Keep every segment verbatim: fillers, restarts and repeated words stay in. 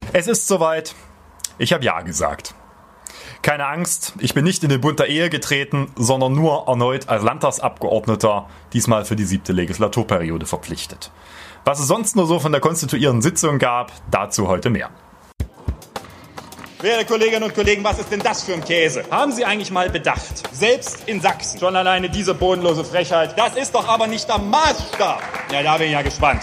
Es ist soweit. Ich habe Ja gesagt. Keine Angst, ich bin nicht in den Bund der Ehe getreten, sondern nur erneut als Landtagsabgeordneter, diesmal für die siebte Legislaturperiode verpflichtet. Was es sonst nur so von der konstituierenden Sitzung gab, dazu heute mehr. Werte Kolleginnen und Kollegen, was ist denn das für ein Käse? Haben Sie eigentlich mal bedacht, selbst in Sachsen, schon alleine diese bodenlose Frechheit, das ist doch aber nicht der Maßstab. Ja, da bin ich ja gespannt.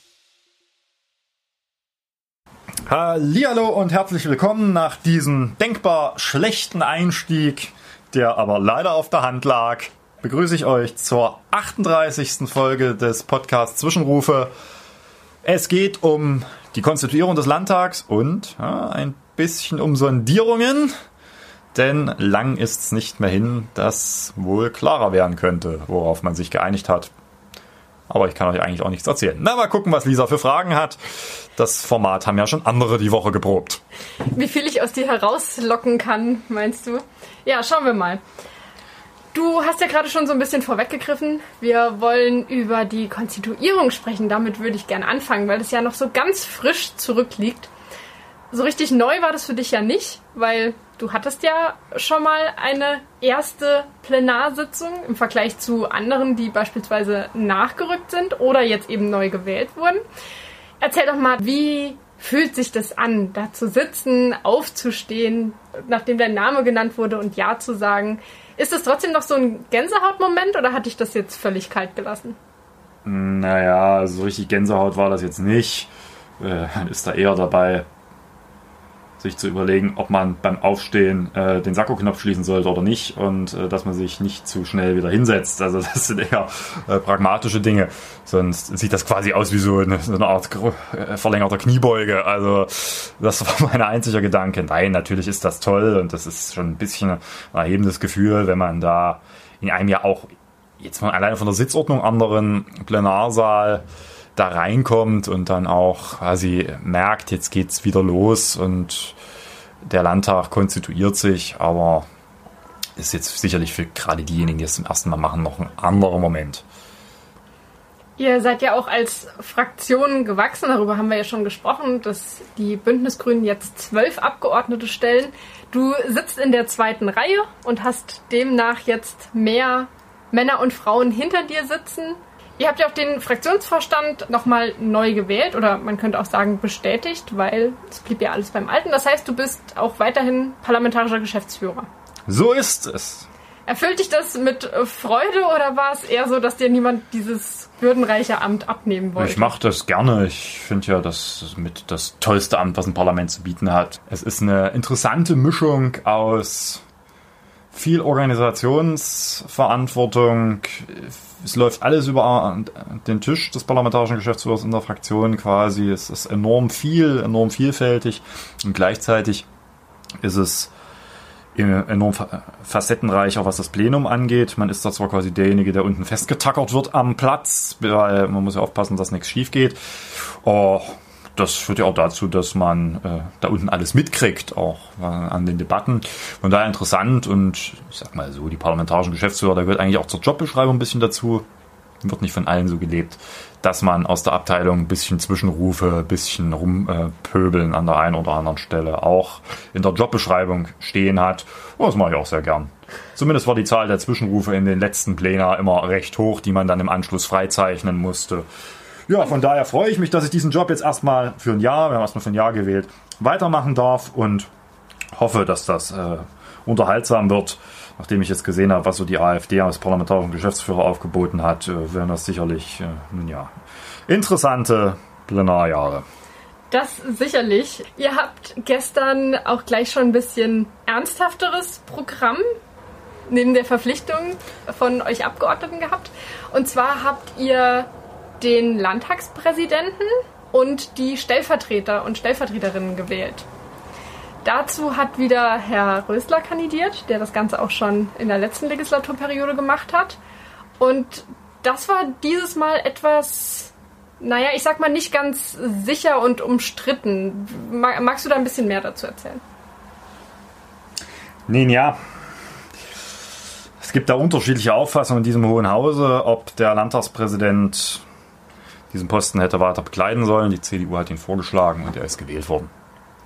Hallihallo und herzlich willkommen nach diesem denkbar schlechten Einstieg, der aber leider auf der Hand lag. Begrüße ich euch zur achtunddreißigsten Folge des Podcasts Zwischenrufe. Es geht um die Konstituierung des Landtags und ja, ein bisschen um Sondierungen, denn lang ist's nicht mehr hin, dass wohl klarer werden könnte, worauf man sich geeinigt hat. Aber ich kann euch eigentlich auch nichts erzählen. Na, mal gucken, was Lisa für Fragen hat. Das Format haben ja schon andere die Woche geprobt. Wie viel ich aus dir herauslocken kann, meinst du? Ja, schauen wir mal. Du hast ja gerade schon so ein bisschen vorweggegriffen. Wir wollen über die Konstituierung sprechen. Damit würde ich gerne anfangen, weil das ja noch so ganz frisch zurückliegt. So richtig neu war das für dich ja nicht, weil du hattest ja schon mal eine erste Plenarsitzung im Vergleich zu anderen, die beispielsweise nachgerückt sind oder jetzt eben neu gewählt wurden. Erzähl doch mal, wie fühlt sich das an, da zu sitzen, aufzustehen, nachdem dein Name genannt wurde und Ja zu sagen? Ist das trotzdem noch so ein Gänsehautmoment oder hat dich das jetzt völlig kalt gelassen? Naja, so richtig Gänsehaut war das jetzt nicht. Man ist da eher dabei, sich zu überlegen, ob man beim Aufstehen äh, den Sakkoknopf schließen sollte oder nicht und äh, dass man sich nicht zu schnell wieder hinsetzt. Also das sind eher äh, pragmatische Dinge. Sonst sieht das quasi aus wie so eine, so eine Art äh, verlängerter Kniebeuge. Also das war mein einziger Gedanke. Nein, natürlich ist das toll und das ist schon ein bisschen ein erhebendes Gefühl, wenn man da in einem ja auch jetzt mal alleine von der Sitzordnung anderen Plenarsaal da reinkommt und dann auch quasi merkt, jetzt geht's wieder los und der Landtag konstituiert sich, aber ist jetzt sicherlich für gerade diejenigen, die es zum ersten Mal machen, noch ein anderer Moment. Ihr seid ja auch als Fraktion gewachsen, darüber haben wir ja schon gesprochen, dass die Bündnisgrünen jetzt zwölf Abgeordnete stellen. Du sitzt in der zweiten Reihe und hast demnach jetzt mehr Männer und Frauen hinter dir sitzen. Ihr habt ja auch den Fraktionsvorstand nochmal neu gewählt oder man könnte auch sagen bestätigt, weil es blieb ja alles beim Alten. Das heißt, du bist auch weiterhin parlamentarischer Geschäftsführer. So ist es. Erfüllt dich das mit Freude oder war es eher so, dass dir niemand dieses würdenreiche Amt abnehmen wollte? Ich mache das gerne. Ich finde ja, das ist mit das tollste Amt, was ein Parlament zu bieten hat. Es ist eine interessante Mischung aus viel Organisationsverantwortung. Es läuft alles über den Tisch des parlamentarischen Geschäftsführers in der Fraktion quasi. Es ist enorm viel, enorm vielfältig und gleichzeitig ist es enorm facettenreich, auch was das Plenum angeht. Man ist da zwar quasi derjenige, der unten festgetackert wird am Platz, weil man muss ja aufpassen, dass nichts schief geht. Oh, das führt ja auch dazu, dass man äh, da unten alles mitkriegt, auch äh, an den Debatten. Von daher interessant und ich sag mal so, die parlamentarischen Geschäftsführer, da gehört eigentlich auch zur Jobbeschreibung ein bisschen dazu. Wird nicht von allen so gelebt, dass man aus der Abteilung ein bisschen Zwischenrufe, ein bisschen rumpöbeln an der einen oder anderen Stelle auch in der Jobbeschreibung stehen hat. Oh, das mache ich auch sehr gern. Zumindest war die Zahl der Zwischenrufe in den letzten Plänen immer recht hoch, die man dann im Anschluss freizeichnen musste. Ja, von daher freue ich mich, dass ich diesen Job jetzt erstmal für ein Jahr, wir haben erstmal für ein Jahr gewählt, weitermachen darf und hoffe, dass das äh, unterhaltsam wird. Nachdem ich jetzt gesehen habe, was so die AfD als parlamentarischen Geschäftsführer aufgeboten hat, äh, werden das sicherlich, äh, nun ja, interessante Plenarjahre. Das sicherlich. Ihr habt gestern auch gleich schon ein bisschen ernsthafteres Programm neben der Verpflichtung von euch Abgeordneten gehabt. Und zwar habt ihr den Landtagspräsidenten und die Stellvertreter und Stellvertreterinnen gewählt. Dazu hat wieder Herr Rösler kandidiert, der das Ganze auch schon in der letzten Legislaturperiode gemacht hat. Und das war dieses Mal etwas, naja, ich sag mal nicht ganz sicher und umstritten. Magst du da ein bisschen mehr dazu erzählen? Nee, ja. Es gibt da unterschiedliche Auffassungen in diesem Hohen Hause, ob der Landtagspräsident diesen Posten hätte weiter bekleiden sollen. Die C D U hat ihn vorgeschlagen und er ist gewählt worden.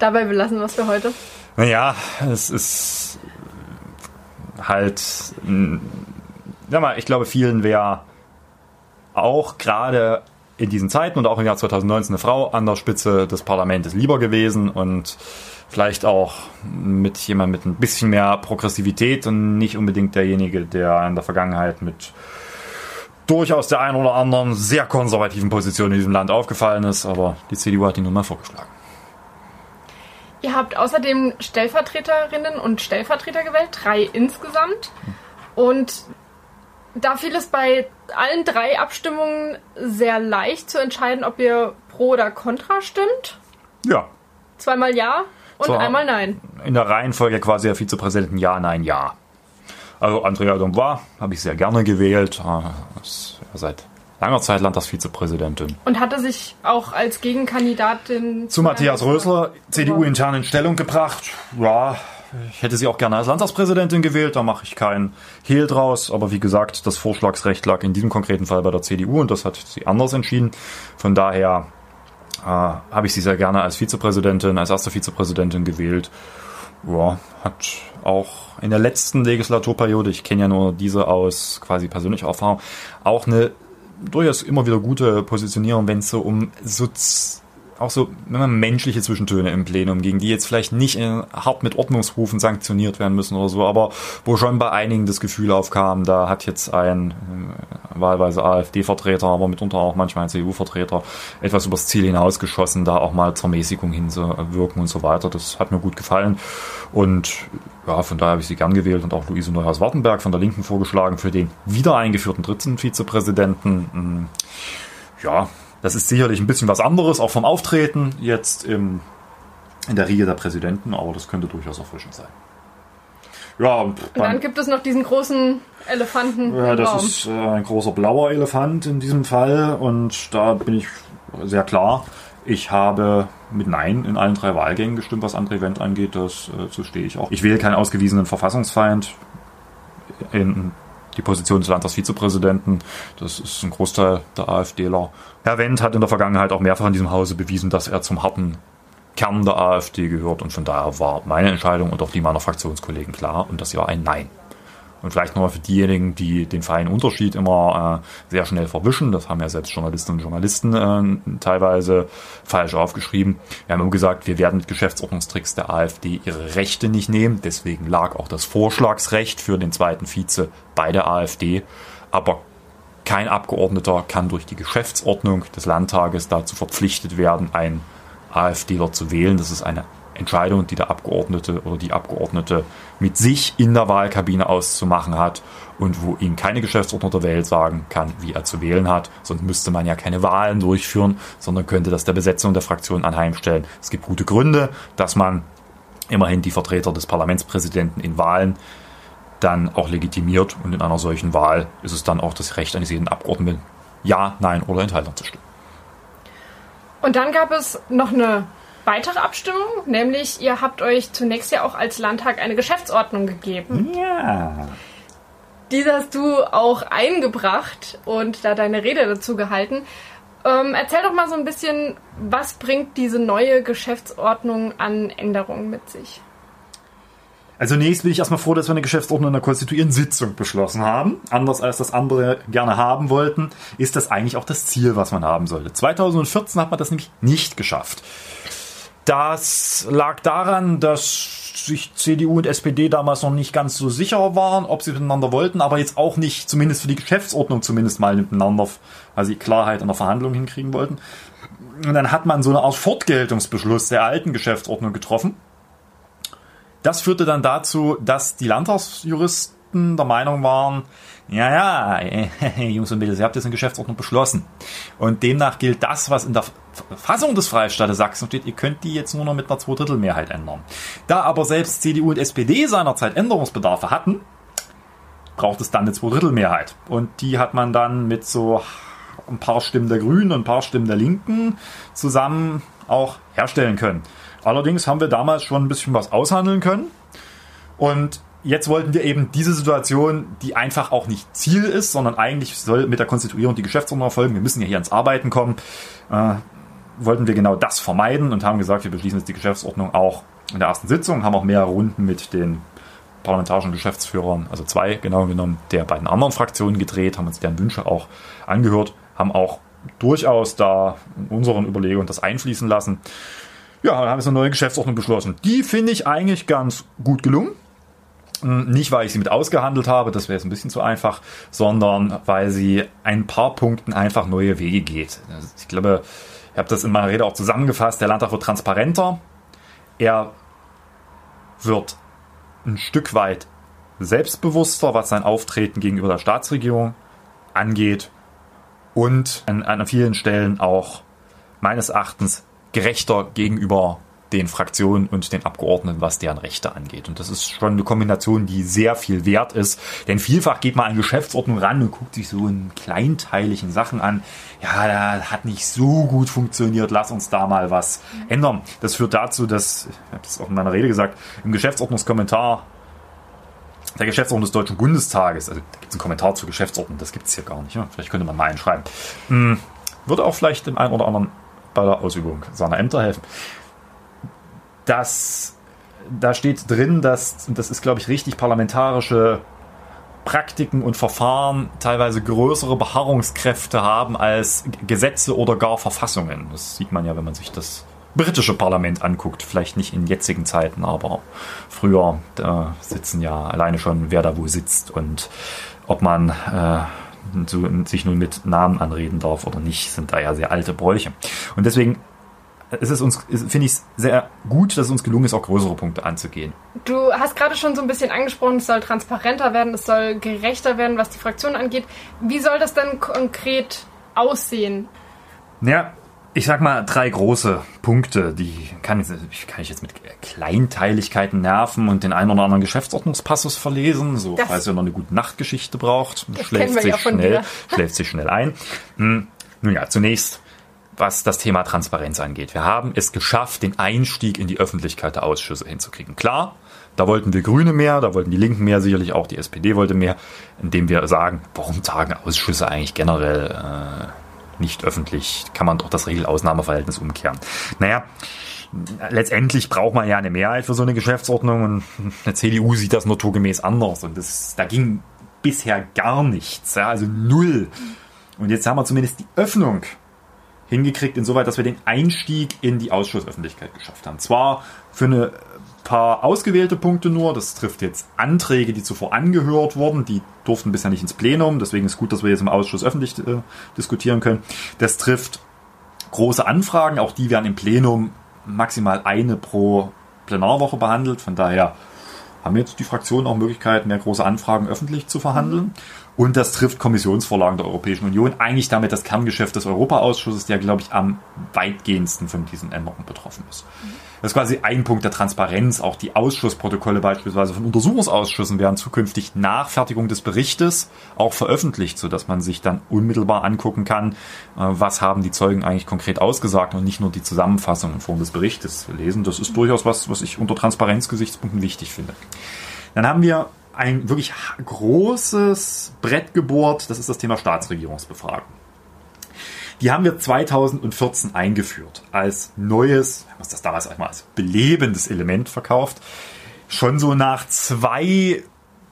dabei belassen wir es für heute. Naja, es ist halt, ja mal, ich glaube, vielen wäre auch gerade in diesen Zeiten und auch im Jahr zwanzig neunzehn eine Frau an der Spitze des Parlaments lieber gewesen und vielleicht auch mit jemand mit ein bisschen mehr Progressivität und nicht unbedingt derjenige, der in der Vergangenheit mit durchaus der einen oder anderen sehr konservativen Position in diesem Land aufgefallen ist, aber die C D U hat ihn nun mal vorgeschlagen. Ihr habt außerdem Stellvertreterinnen und Stellvertreter gewählt, drei insgesamt. Und da fiel es bei allen drei Abstimmungen sehr leicht zu entscheiden, ob ihr pro oder contra stimmt. Ja. Zweimal ja und so, einmal nein. In der Reihenfolge quasi der Vizepräsidenten ja, nein, ja. Also Andrea Dombois habe ich sehr gerne gewählt. Ist ja seit langer Zeit Landtagsvizepräsidentin. Und hatte sich auch als Gegenkandidatin zu Matthias Rösler, C D U intern in Stellung gebracht. Ja, ich hätte sie auch gerne als Landtagspräsidentin gewählt, da mache ich keinen Hehl draus. Aber wie gesagt, das Vorschlagsrecht lag in diesem konkreten Fall bei der C D U und das hat sie anders entschieden. Von daher äh, habe ich sie sehr gerne als Vizepräsidentin, als erste Vizepräsidentin gewählt. Ja, hat auch in der letzten Legislaturperiode, ich kenne ja nur diese aus quasi persönlicher Erfahrung, auch eine durchaus immer wieder gute Positionierung, wenn es so um so auch so menschliche Zwischentöne im Plenum ging, die jetzt vielleicht nicht äh, hart mit Ordnungsrufen sanktioniert werden müssen oder so, aber wo schon bei einigen das Gefühl aufkam, da hat jetzt ein äh, wahlweise AfD-Vertreter, aber mitunter auch manchmal ein C D U-Vertreter etwas übers Ziel hinausgeschossen, da auch mal zur Mäßigung hinzuwirken und so weiter. Das hat mir gut gefallen und ja, von daher habe ich sie gern gewählt und auch Luise Neuhaus-Wartenberg von der Linken vorgeschlagen für den wieder eingeführten dritten Vizepräsidenten. Ja, das ist sicherlich ein bisschen was anderes, auch vom Auftreten jetzt im, in der Riege der Präsidenten, aber das könnte durchaus erfrischend sein. Ja, und, und dann gibt es noch diesen großen Elefanten ja, im das Raum. ist äh, ein großer blauer Elefant in diesem Fall und da bin ich sehr klar. Ich habe mit Nein in allen drei Wahlgängen gestimmt, was André Wendt angeht, das, äh, so stehe ich auch. Ich wähle keinen ausgewiesenen Verfassungsfeind in die Position des Landtagsvizepräsidenten. Das ist ein Großteil der AfDler. Herr Wendt hat in der Vergangenheit auch mehrfach in diesem Hause bewiesen, dass er zum harten Kern der AfD gehört und von daher war meine Entscheidung und auch die meiner Fraktionskollegen klar und das war ein Nein. Und vielleicht nochmal für diejenigen, die den feinen Unterschied immer äh, sehr schnell verwischen, das haben ja selbst Journalistinnen und Journalisten äh, teilweise falsch aufgeschrieben. Wir haben immer gesagt, wir werden mit Geschäftsordnungstricks der AfD ihre Rechte nicht nehmen, deswegen lag auch das Vorschlagsrecht für den zweiten Vize bei der AfD, aber kein Abgeordneter kann durch die Geschäftsordnung des Landtages dazu verpflichtet werden, einen AfDler zu wählen. Das ist eine Entscheidung, die der Abgeordnete oder die Abgeordnete mit sich in der Wahlkabine auszumachen hat und wo ihm keine Geschäftsordnung der Welt sagen kann, wie er zu wählen hat. Sonst müsste man ja keine Wahlen durchführen, sondern könnte das der Besetzung der Fraktion anheimstellen. Es gibt gute Gründe, dass man immerhin die Vertreter des Parlamentspräsidenten in Wahlen dann auch legitimiert und in einer solchen Wahl ist es dann auch das Recht eines jeden Abgeordneten, Ja, Nein oder Enthaltung zu stimmen. Und dann gab es noch eine weitere Abstimmung, nämlich ihr habt euch zunächst ja auch als Landtag eine Geschäftsordnung gegeben. Ja. Diese hast du auch eingebracht und da deine Rede dazu gehalten. Ähm, erzähl doch mal so ein bisschen, was bringt diese neue Geschäftsordnung an Änderungen mit sich? Also zunächst bin ich erstmal froh, dass wir eine Geschäftsordnung in der konstituierenden Sitzung beschlossen haben. Anders als das andere gerne haben wollten, ist das eigentlich auch das Ziel, was man haben sollte. zweitausendvierzehn hat man das nämlich nicht geschafft. Das lag daran, dass sich C D U und S P D damals noch nicht ganz so sicher waren, ob sie miteinander wollten, aber jetzt auch nicht, zumindest für die Geschäftsordnung zumindest mal miteinander, weil sie Klarheit in der Verhandlung hinkriegen wollten. Und dann hat man so eine Art Fortgeltungsbeschluss der alten Geschäftsordnung getroffen. Das führte dann dazu, dass die Landtagsjuristen der Meinung waren, ja, ja, Jungs und Mädels, ihr habt jetzt eine Geschäftsordnung beschlossen. Und demnach gilt das, was in der Verfassung des Freistaates Sachsen steht, ihr könnt die jetzt nur noch mit einer Zweidrittelmehrheit ändern. Da aber selbst C D U und S P D seinerzeit Änderungsbedarfe hatten, braucht es dann eine Zweidrittelmehrheit. Und die hat man dann mit so ein paar Stimmen der Grünen und ein paar Stimmen der Linken zusammen auch herstellen können. Allerdings haben wir damals schon ein bisschen was aushandeln können. Und jetzt wollten wir eben diese Situation, die einfach auch nicht Ziel ist, sondern eigentlich soll mit der Konstituierung die Geschäftsordnung erfolgen. Wir müssen ja hier ans Arbeiten kommen. Äh, wollten wir genau das vermeiden und haben gesagt, wir beschließen jetzt die Geschäftsordnung auch in der ersten Sitzung, haben auch mehrere Runden mit den parlamentarischen Geschäftsführern, also zwei genau genommen, der beiden anderen Fraktionen gedreht, haben uns deren Wünsche auch angehört, haben auch durchaus da in unseren Überlegungen das einfließen lassen. Ja, dann haben wir eine neue Geschäftsordnung beschlossen. Die finde ich eigentlich ganz gut gelungen. Nicht, weil ich sie mit ausgehandelt habe, das wäre jetzt ein bisschen zu einfach, sondern weil sie ein paar Punkten einfach neue Wege geht. Ich glaube, ich habe das in meiner Rede auch zusammengefasst, der Landtag wird transparenter, er wird ein Stück weit selbstbewusster, was sein Auftreten gegenüber der Staatsregierung angeht und an, an vielen Stellen auch meines Erachtens gerechter gegenüber den Fraktionen und den Abgeordneten, was deren Rechte angeht. Und das ist schon eine Kombination, die sehr viel wert ist. Denn vielfach geht man an Geschäftsordnung ran und guckt sich so in kleinteiligen Sachen an. Ja, das hat nicht so gut funktioniert, lass uns da mal was ändern. Das führt dazu, dass, ich habe das auch in meiner Rede gesagt, im Geschäftsordnungskommentar der Geschäftsordnung des Deutschen Bundestages, also da gibt es einen Kommentar zur Geschäftsordnung, das gibt es hier gar nicht. Ja? Vielleicht könnte man mal einschreiben. Hm, würde auch vielleicht dem einen oder anderen bei der Ausübung seiner Ämter helfen. Das, da steht drin, dass, und das ist, glaube ich, richtig, parlamentarische Praktiken und Verfahren teilweise größere Beharrungskräfte haben als Gesetze oder gar Verfassungen. Das sieht man ja, wenn man sich das britische Parlament anguckt. Vielleicht nicht in jetzigen Zeiten, aber früher, da sitzen ja alleine schon, wer da wo sitzt und ob man äh, so, sich nun mit Namen anreden darf oder nicht, sind da ja sehr alte Bräuche. Und deswegen es ist uns, finde ich es sehr gut, dass es uns gelungen ist, auch größere Punkte anzugehen. Du hast gerade schon so ein bisschen angesprochen, es soll transparenter werden, es soll gerechter werden, was die Fraktion angeht. Wie soll das dann konkret aussehen? Ja, ich sag mal drei große Punkte, die kann, kann ich jetzt mit Kleinteiligkeiten nerven und den einen oder anderen Geschäftsordnungspassus verlesen, so das, falls ihr noch eine gute Nachtgeschichte braucht, schläft sich, ja schnell, schläft sich schnell ein. Hm, nun ja, zunächst was das Thema Transparenz angeht. Wir haben es geschafft, den Einstieg in die Öffentlichkeit der Ausschüsse hinzukriegen. Klar, da wollten wir Grüne mehr, da wollten die Linken mehr, sicherlich auch die S P D wollte mehr, indem wir sagen, warum tagen Ausschüsse eigentlich generell äh, nicht öffentlich? Kann man doch das Regel-Ausnahme-Verhältnis umkehren. Naja, letztendlich braucht man ja eine Mehrheit für so eine Geschäftsordnung und eine C D U sieht das naturgemäß anders und das, da ging bisher gar nichts, ja, also null. Und jetzt haben wir zumindest die Öffnung hingekriegt, insoweit, dass wir den Einstieg in die Ausschussöffentlichkeit geschafft haben. Zwar für eine paar ausgewählte Punkte nur, das trifft jetzt Anträge, die zuvor angehört wurden, die durften bisher nicht ins Plenum, deswegen ist gut, dass wir jetzt im Ausschuss öffentlich äh, diskutieren können. Das trifft große Anfragen, auch die werden im Plenum maximal eine pro Plenarwoche behandelt, von daher haben jetzt die Fraktionen auch Möglichkeit, mehr große Anfragen öffentlich zu verhandeln. Und das trifft Kommissionsvorlagen der Europäischen Union. Eigentlich damit das Kerngeschäft des Europaausschusses, der, glaube ich, am weitgehendsten von diesen Änderungen betroffen ist. Das ist quasi ein Punkt der Transparenz. Auch die Ausschussprotokolle beispielsweise von Untersuchungsausschüssen werden zukünftig nach Fertigung des Berichtes auch veröffentlicht, sodass man sich dann unmittelbar angucken kann, was haben die Zeugen eigentlich konkret ausgesagt und nicht nur die Zusammenfassung in Form des Berichtes lesen. Das ist durchaus was, was ich unter Transparenzgesichtspunkten wichtig finde. Dann haben wir ein wirklich großes Brett gebohrt, das ist das Thema Staatsregierungsbefragung. Die haben wir zweitausendvierzehn eingeführt als neues, wir haben uns das damals einmal als belebendes Element verkauft. Schon so nach zwei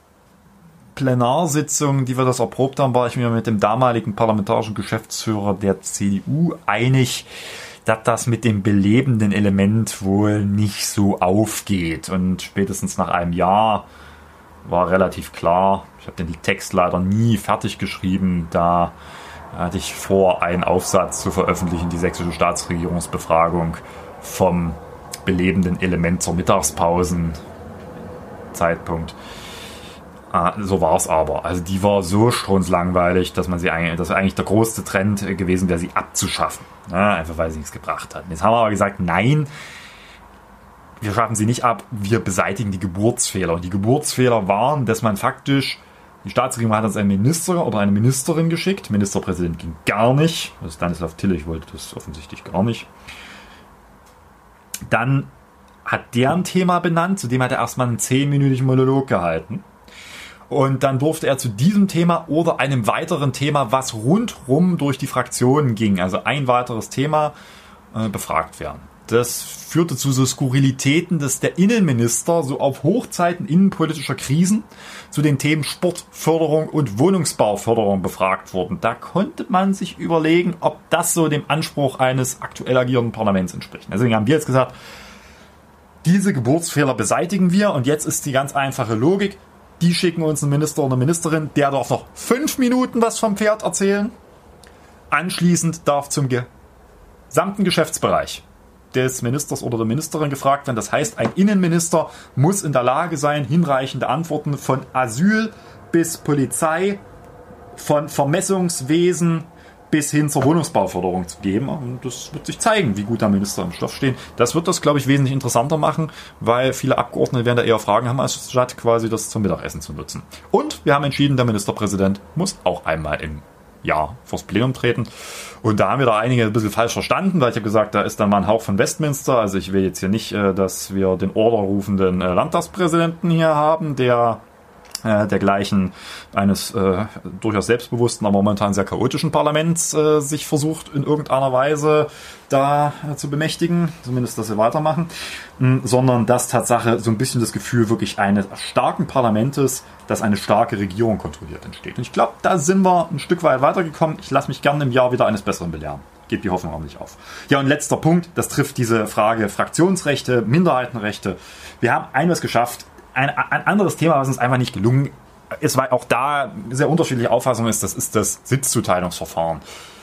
Plenarsitzungen, die wir das erprobt haben, war ich mir mit dem damaligen parlamentarischen Geschäftsführer der C D U einig, dass das mit dem belebenden Element wohl nicht so aufgeht. Und spätestens nach einem Jahr war relativ klar, ich habe den Text leider nie fertig geschrieben, da hatte ich vor, einen Aufsatz zu veröffentlichen, die sächsische Staatsregierungsbefragung vom belebenden Element zur Mittagspausenzeitpunkt. So war es aber. Also die war so strunzlangweilig, dass man sie eigentlich, dass eigentlich der größte Trend gewesen wäre, sie abzuschaffen. Ja, einfach weil sie nichts gebracht hat. Jetzt haben wir aber gesagt, nein, wir schaffen sie nicht ab, wir beseitigen die Geburtsfehler. Und die Geburtsfehler waren, dass man faktisch, die Staatsregierung hat uns einen Minister oder eine Ministerin geschickt. Ministerpräsident ging gar nicht. Also Stanislav Tillich wollte das offensichtlich gar nicht. Dann hat der ein Thema benannt, zu dem hat er erstmal einen zehnminütigen Monolog gehalten. Und dann durfte er zu diesem Thema oder einem weiteren Thema, was rundrum durch die Fraktionen ging, also ein weiteres Thema, äh, befragt werden. Das führte zu so Skurrilitäten, dass der Innenminister so auf Hochzeiten innenpolitischer Krisen zu den Themen Sportförderung und Wohnungsbauförderung befragt wurden. Da konnte man sich überlegen, ob das so dem Anspruch eines aktuell agierenden Parlaments entspricht. Deswegen haben wir jetzt gesagt, diese Geburtsfehler beseitigen wir und jetzt ist die ganz einfache Logik, die schicken uns einen Minister oder eine Ministerin, der darf noch fünf Minuten was vom Pferd erzählen. Anschließend darf zum gesamten Geschäftsbereich des Ministers oder der Ministerin gefragt werden. Das heißt, ein Innenminister muss in der Lage sein, hinreichende Antworten von Asyl bis Polizei, von Vermessungswesen bis hin zur Wohnungsbauförderung zu geben. Und das wird sich zeigen, wie gut der Minister im Stoff steht. Das wird das, glaube ich, wesentlich interessanter machen, weil viele Abgeordnete werden da eher Fragen haben, als statt quasi das zum Mittagessen zu nutzen. Und wir haben entschieden, der Ministerpräsident muss auch einmal im Jahr vors Plenum treten. Und da haben wir da einige ein bisschen falsch verstanden, weil ich habe gesagt, da ist dann mal ein Hauch von Westminster. Also ich will jetzt hier nicht, dass wir den orderrufenden Landtagspräsidenten hier haben, der äh, dergleichen eines äh, durchaus selbstbewussten, aber momentan sehr chaotischen Parlaments äh, sich versucht in irgendeiner Weise da äh, zu bemächtigen, zumindest, dass sie weitermachen, mh, sondern dass Tatsache so ein bisschen das Gefühl wirklich eines starken Parlamentes, das eine starke Regierung kontrolliert, entsteht. Und ich glaube, da sind wir ein Stück weit weitergekommen. Ich lasse mich gerne im Jahr wieder eines Besseren belehren. Gebt die Hoffnung auch nicht auf. Ja, und letzter Punkt, das trifft diese Frage Fraktionsrechte, Minderheitenrechte. Wir haben eines geschafft, ein, ein anderes Thema, was uns einfach nicht gelungen ist, weil auch da sehr unterschiedliche Auffassung ist, das ist das Sitzzuteilungsverfahren.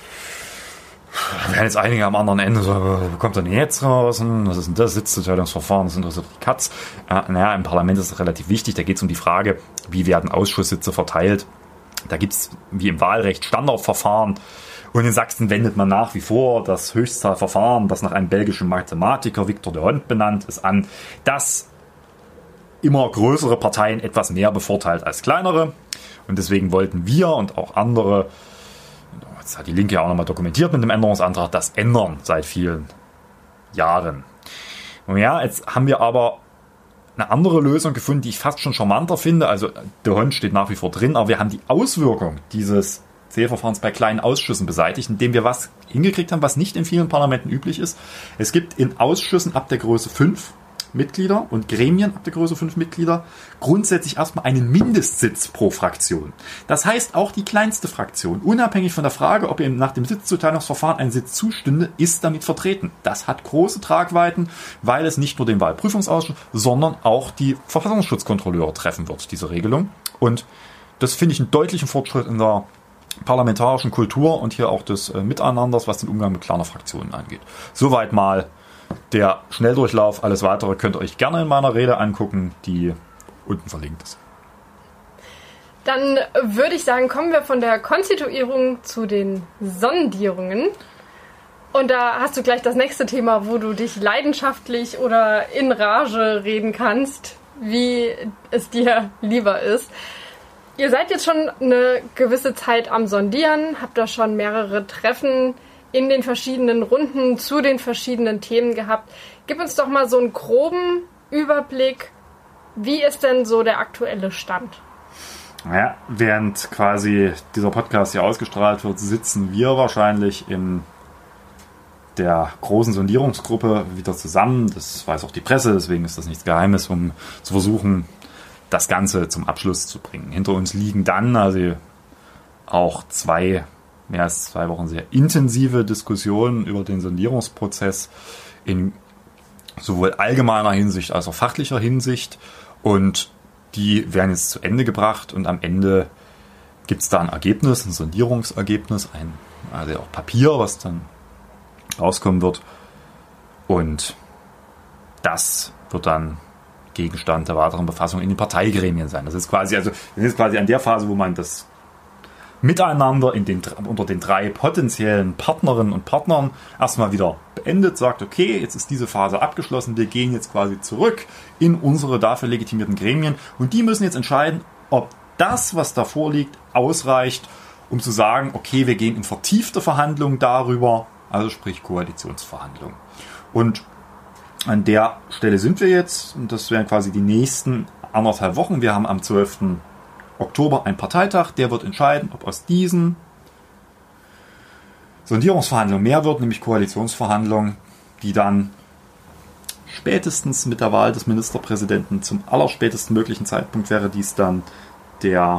Wir werden jetzt einige am anderen Ende so, wo kommt denn jetzt raus? Was ist denn das Sitzzuteilungsverfahren? Das interessiert die Katz. Äh, naja, im Parlament ist es relativ wichtig. Da geht es um die Frage, wie werden Ausschusssitze verteilt. Da gibt es wie im Wahlrecht Standardverfahren. Und in Sachsen wendet man nach wie vor das Höchstzahlverfahren, das nach einem belgischen Mathematiker Victor de Hond benannt ist, an, das immer größere Parteien etwas mehr bevorteilt als kleinere. Und deswegen wollten wir und auch andere, das hat die Linke ja auch nochmal dokumentiert mit dem Änderungsantrag, das ändern seit vielen Jahren. Und ja, jetzt haben wir aber eine andere Lösung gefunden, die ich fast schon charmanter finde. Also de Hond steht nach wie vor drin, aber wir haben die Auswirkung dieses Zählverfahrens bei kleinen Ausschüssen beseitigt, indem wir was hingekriegt haben, was nicht in vielen Parlamenten üblich ist. Es gibt in Ausschüssen ab der Größe fünf Mitglieder und Gremien ab der Größe fünf Mitglieder grundsätzlich erstmal einen Mindestsitz pro Fraktion. Das heißt, auch die kleinste Fraktion, unabhängig von der Frage, ob ihr nach dem Sitzzuteilungsverfahren ein Sitz zustünde, ist damit vertreten. Das hat große Tragweiten, weil es nicht nur den Wahlprüfungsausschuss, sondern auch die Verfassungsschutzkontrolleure treffen wird, diese Regelung. Und das finde ich einen deutlichen Fortschritt in der parlamentarischen Kultur und hier auch des äh, Miteinanders, was den Umgang mit kleiner Fraktionen angeht. Soweit mal der Schnelldurchlauf. Alles Weitere könnt ihr euch gerne in meiner Rede angucken, die unten verlinkt ist. Dann würde ich sagen, kommen wir von der Konstituierung zu den Sondierungen. Und da hast du gleich das nächste Thema, wo du dich leidenschaftlich oder in Rage reden kannst, wie es dir lieber ist. Ihr seid jetzt schon eine gewisse Zeit am Sondieren, habt da schon mehrere Treffen in den verschiedenen Runden zu den verschiedenen Themen gehabt. Gib uns doch mal so einen groben Überblick. Wie ist denn so der aktuelle Stand? Naja, während quasi dieser Podcast hier ausgestrahlt wird, sitzen wir wahrscheinlich in der großen Sondierungsgruppe wieder zusammen. Das weiß auch die Presse, deswegen ist das nichts Geheimes, um zu versuchen, das Ganze zum Abschluss zu bringen. Hinter uns liegen dann also auch zwei, mehr als zwei Wochen sehr intensive Diskussionen über den Sondierungsprozess in sowohl allgemeiner Hinsicht als auch fachlicher Hinsicht. Und die werden jetzt zu Ende gebracht und am Ende gibt es da ein Ergebnis, ein Sondierungsergebnis, ein also auch Papier, was dann rauskommen wird. Und das wird dann Gegenstand der weiteren Befassung in den Parteigremien sein. Das ist quasi, also, das ist quasi an der Phase, wo man das Miteinander in den, unter den drei potenziellen Partnerinnen und Partnern erstmal wieder beendet, sagt, okay, jetzt ist diese Phase abgeschlossen, wir gehen jetzt quasi zurück in unsere dafür legitimierten Gremien und die müssen jetzt entscheiden, ob das, was da vorliegt, ausreicht, um zu sagen, okay, wir gehen in vertiefte Verhandlungen darüber, also sprich Koalitionsverhandlungen. Und an der Stelle sind wir jetzt, und das wären quasi die nächsten anderthalb Wochen. Wir haben am zwölften Oktober einen Parteitag, der wird entscheiden, ob aus diesen Sondierungsverhandlungen mehr wird, nämlich Koalitionsverhandlungen, die dann spätestens mit der Wahl des Ministerpräsidenten zum allerspätesten möglichen Zeitpunkt wäre dies dann der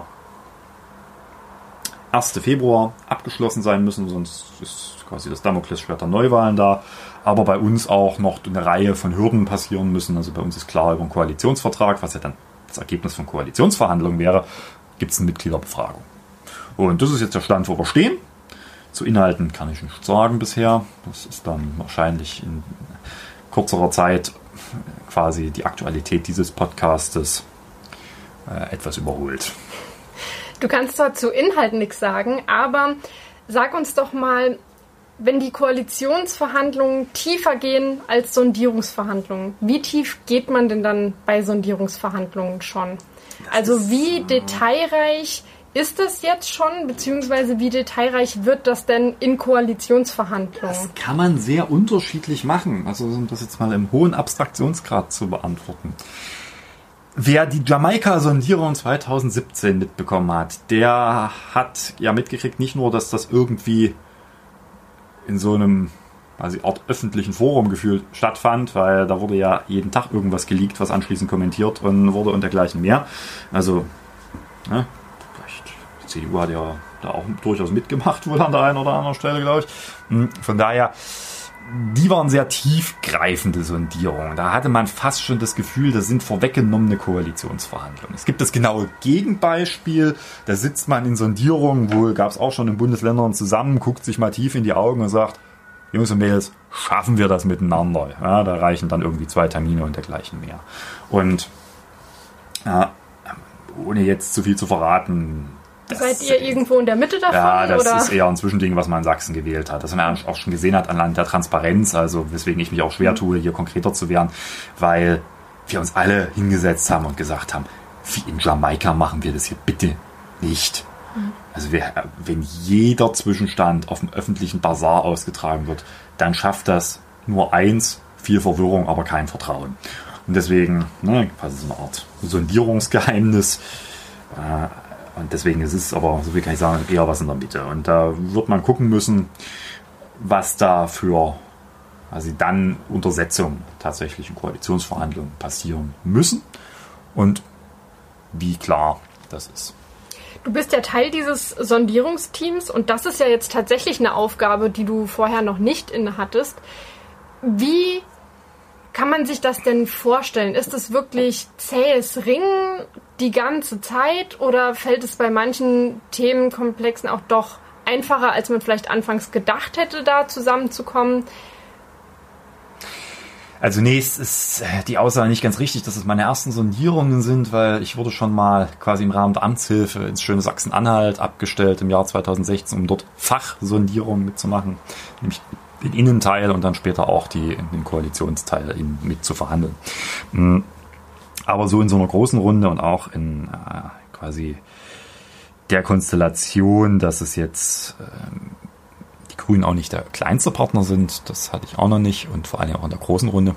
erster Februar abgeschlossen sein müssen, sonst ist quasi das Damoklesschwert der Neuwahlen da. Aber bei uns auch noch eine Reihe von Hürden passieren müssen. Also bei uns ist klar, über einen Koalitionsvertrag, was ja dann das Ergebnis von Koalitionsverhandlungen wäre, gibt es eine Mitgliederbefragung. Und das ist jetzt der Stand, wo wir stehen. Zu Inhalten kann ich nichts sagen bisher. Das ist dann wahrscheinlich in kürzerer Zeit quasi die Aktualität dieses Podcastes äh, etwas überholt. Du kannst zwar zu Inhalten nichts sagen, aber sag uns doch mal, wenn die Koalitionsverhandlungen tiefer gehen als Sondierungsverhandlungen, wie tief geht man denn dann bei Sondierungsverhandlungen schon? Also wie detailreich ist das jetzt schon, beziehungsweise wie detailreich wird das denn in Koalitionsverhandlungen? Das kann man sehr unterschiedlich machen. Also um das jetzt mal im hohen Abstraktionsgrad zu beantworten. Wer die Jamaika-Sondierung zweitausendsiebzehn mitbekommen hat, der hat ja mitgekriegt, nicht nur, dass das irgendwie in so einem quasi Art öffentlichen Forum gefühlt stattfand, weil da wurde ja jeden Tag irgendwas geleakt, was anschließend kommentiert und wurde und dergleichen mehr. Also, ne, vielleicht, die C D U hat ja da auch durchaus mitgemacht, wohl an der einen oder anderen Stelle, glaube ich. Von daher, die waren sehr tiefgreifende Sondierungen. Da hatte man fast schon das Gefühl, das sind vorweggenommene Koalitionsverhandlungen. Es gibt das genaue Gegenbeispiel. Da sitzt man in Sondierungen, wohl gab es auch schon in Bundesländern zusammen, guckt sich mal tief in die Augen und sagt, Jungs und Mädels, schaffen wir das miteinander? Ja, da reichen dann irgendwie zwei Termine und dergleichen mehr. Und äh, ohne jetzt zu viel zu verraten, Das Seid ihr irgendwo in der Mitte davon? Ja, das oder? ist eher ein Zwischending, was man in Sachsen gewählt hat. Das haben wir auch schon gesehen hat anhand der Transparenz, also weswegen ich mich auch schwer tue, hier konkreter zu werden, weil wir uns alle hingesetzt haben und gesagt haben, wie in Jamaika machen wir das hier bitte nicht. Mhm. Also wir, wenn jeder Zwischenstand auf dem öffentlichen Basar ausgetragen wird, dann schafft das nur eins, viel Verwirrung, aber kein Vertrauen. Und deswegen, ne, quasi so eine Art Sondierungsgeheimnis, äh, und deswegen ist es aber, so viel kann ich sagen, eher was in der Mitte. Und da wird man gucken müssen, was da für also dann Untersetzung tatsächlich in Koalitionsverhandlungen passieren müssen und wie klar das ist. Du bist ja Teil dieses Sondierungsteams und das ist ja jetzt tatsächlich eine Aufgabe, die du vorher noch nicht inne hattest. Wie kann man sich das denn vorstellen? Ist es wirklich zähes Ringen die ganze Zeit oder fällt es bei manchen Themenkomplexen auch doch einfacher, als man vielleicht anfangs gedacht hätte, da zusammenzukommen? Also nee, es ist die Aussage nicht ganz richtig, dass es meine ersten Sondierungen sind, weil ich wurde schon mal quasi im Rahmen der Amtshilfe ins schöne Sachsen-Anhalt abgestellt im Jahr zweitausendsechzehn, um dort Fachsondierungen mitzumachen, nämlich den Innenteil und dann später auch die, den Koalitionsteil mit zu verhandeln. Aber so in so einer großen Runde und auch in äh, quasi der Konstellation, dass es jetzt äh, die Grünen auch nicht der kleinste Partner sind, das hatte ich auch noch nicht und vor allem auch in der großen Runde.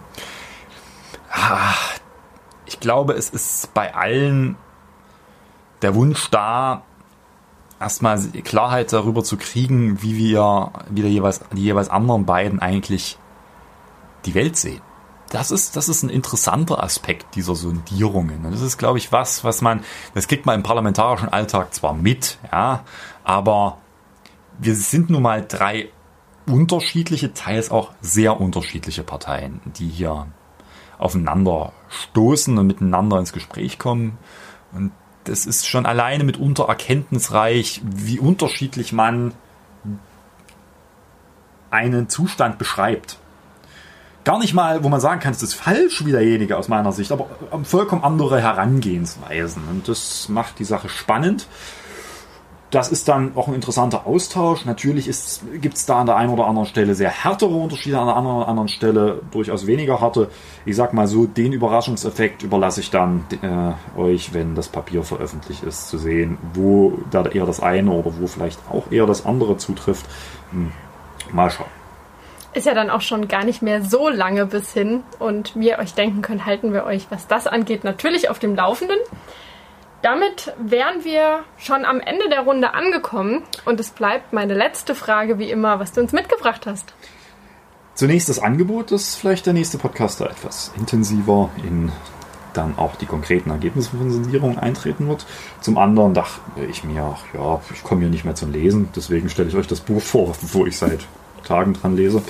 Ich glaube, es ist bei allen der Wunsch da, erstmal Klarheit darüber zu kriegen, wie wir wie der jeweils, die jeweils anderen beiden eigentlich die Welt sehen. Das ist, das ist ein interessanter Aspekt dieser Sondierungen. Und das ist, glaube ich, was, was man, das kriegt man im parlamentarischen Alltag zwar mit, ja, aber wir sind nun mal drei unterschiedliche, teils auch sehr unterschiedliche Parteien, die hier aufeinander stoßen und miteinander ins Gespräch kommen. Und das ist schon alleine mitunter erkenntnisreich, wie unterschiedlich man einen Zustand beschreibt. Gar nicht mal, wo man sagen kann, es ist falsch wie derjenige aus meiner Sicht, aber vollkommen andere Herangehensweisen. Und das macht die Sache spannend. Das ist dann auch ein interessanter Austausch. Natürlich gibt es da an der einen oder anderen Stelle sehr härtere Unterschiede, an der anderen oder anderen Stelle durchaus weniger harte. Ich sag mal so, den Überraschungseffekt überlasse ich dann äh, euch, wenn das Papier veröffentlicht ist, zu sehen, wo da eher das eine oder wo vielleicht auch eher das andere zutrifft. Hm. Mal schauen. Ist ja dann auch schon gar nicht mehr so lange bis hin. Und wie ihr euch denken könnt, halten wir euch, was das angeht, natürlich auf dem Laufenden. Damit wären wir schon am Ende der Runde angekommen und es bleibt meine letzte Frage wie immer, was du uns mitgebracht hast. Zunächst das Angebot, dass vielleicht der nächste Podcaster etwas intensiver in dann auch die konkreten Ergebnisse von Sondierung eintreten wird. Zum anderen dachte ich mir, ach ja, ich komme hier nicht mehr zum Lesen, deswegen stelle ich euch das Buch vor, wo ich seit Tagen dran lese.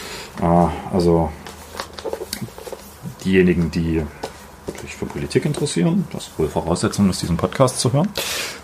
Also diejenigen, die sich für Politik interessieren, das wohl Voraussetzung ist, diesen Podcast zu hören.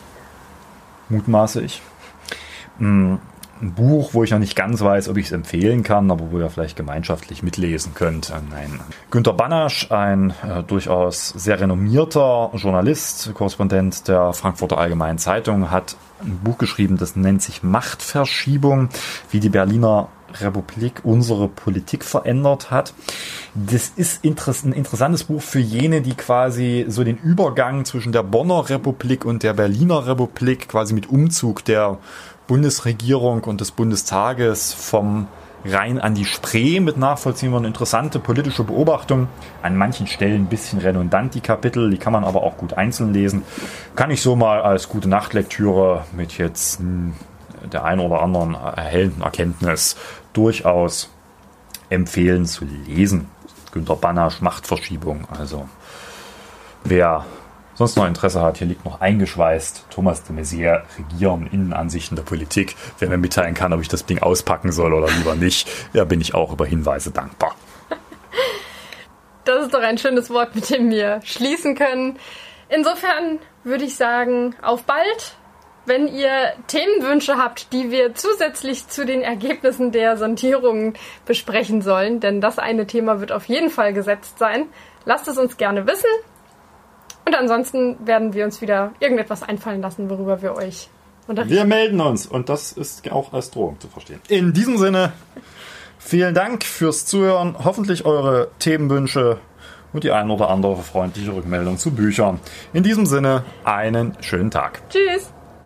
Mutmaße ich. Ein Buch, wo ich noch nicht ganz weiß, ob ich es empfehlen kann, aber wo ihr vielleicht gemeinschaftlich mitlesen könnt. Nein. Günter Banasch, ein äh, durchaus sehr renommierter Journalist, Korrespondent der Frankfurter Allgemeinen Zeitung, hat ein Buch geschrieben, das nennt sich Machtverschiebung, wie die Berliner Republik unsere Politik verändert hat. Das ist ein interessantes Buch für jene, die quasi so den Übergang zwischen der Bonner Republik und der Berliner Republik quasi mit Umzug der Bundesregierung und des Bundestages vom Rhein an die Spree mit nachvollziehen wollen. Interessante politische Beobachtung. An manchen Stellen ein bisschen redundant, die Kapitel. Die kann man aber auch gut einzeln lesen. Kann ich so mal als gute Nachtlektüre mit jetzt der einen oder anderen erhellenden Erkenntnis durchaus empfehlen zu lesen. Günter Banasch, Machtverschiebung. Also wer sonst noch Interesse hat, hier liegt noch eingeschweißt Thomas de Maizière, Regieren, Innenansichten der Politik. Wer mir mitteilen kann, ob ich das Ding auspacken soll oder lieber nicht, ja, bin ich auch über Hinweise dankbar. Das ist doch ein schönes Wort, mit dem wir schließen können. Insofern würde ich sagen, auf bald. Wenn ihr Themenwünsche habt, die wir zusätzlich zu den Ergebnissen der Sondierungen besprechen sollen, denn das eine Thema wird auf jeden Fall gesetzt sein, lasst es uns gerne wissen. Und ansonsten werden wir uns wieder irgendetwas einfallen lassen, worüber wir euch unterrichten. Wir melden uns und das ist auch als Drohung zu verstehen. In diesem Sinne, vielen Dank fürs Zuhören. Hoffentlich eure Themenwünsche und die ein oder andere freundliche Rückmeldung zu Büchern. In diesem Sinne, einen schönen Tag. Tschüss.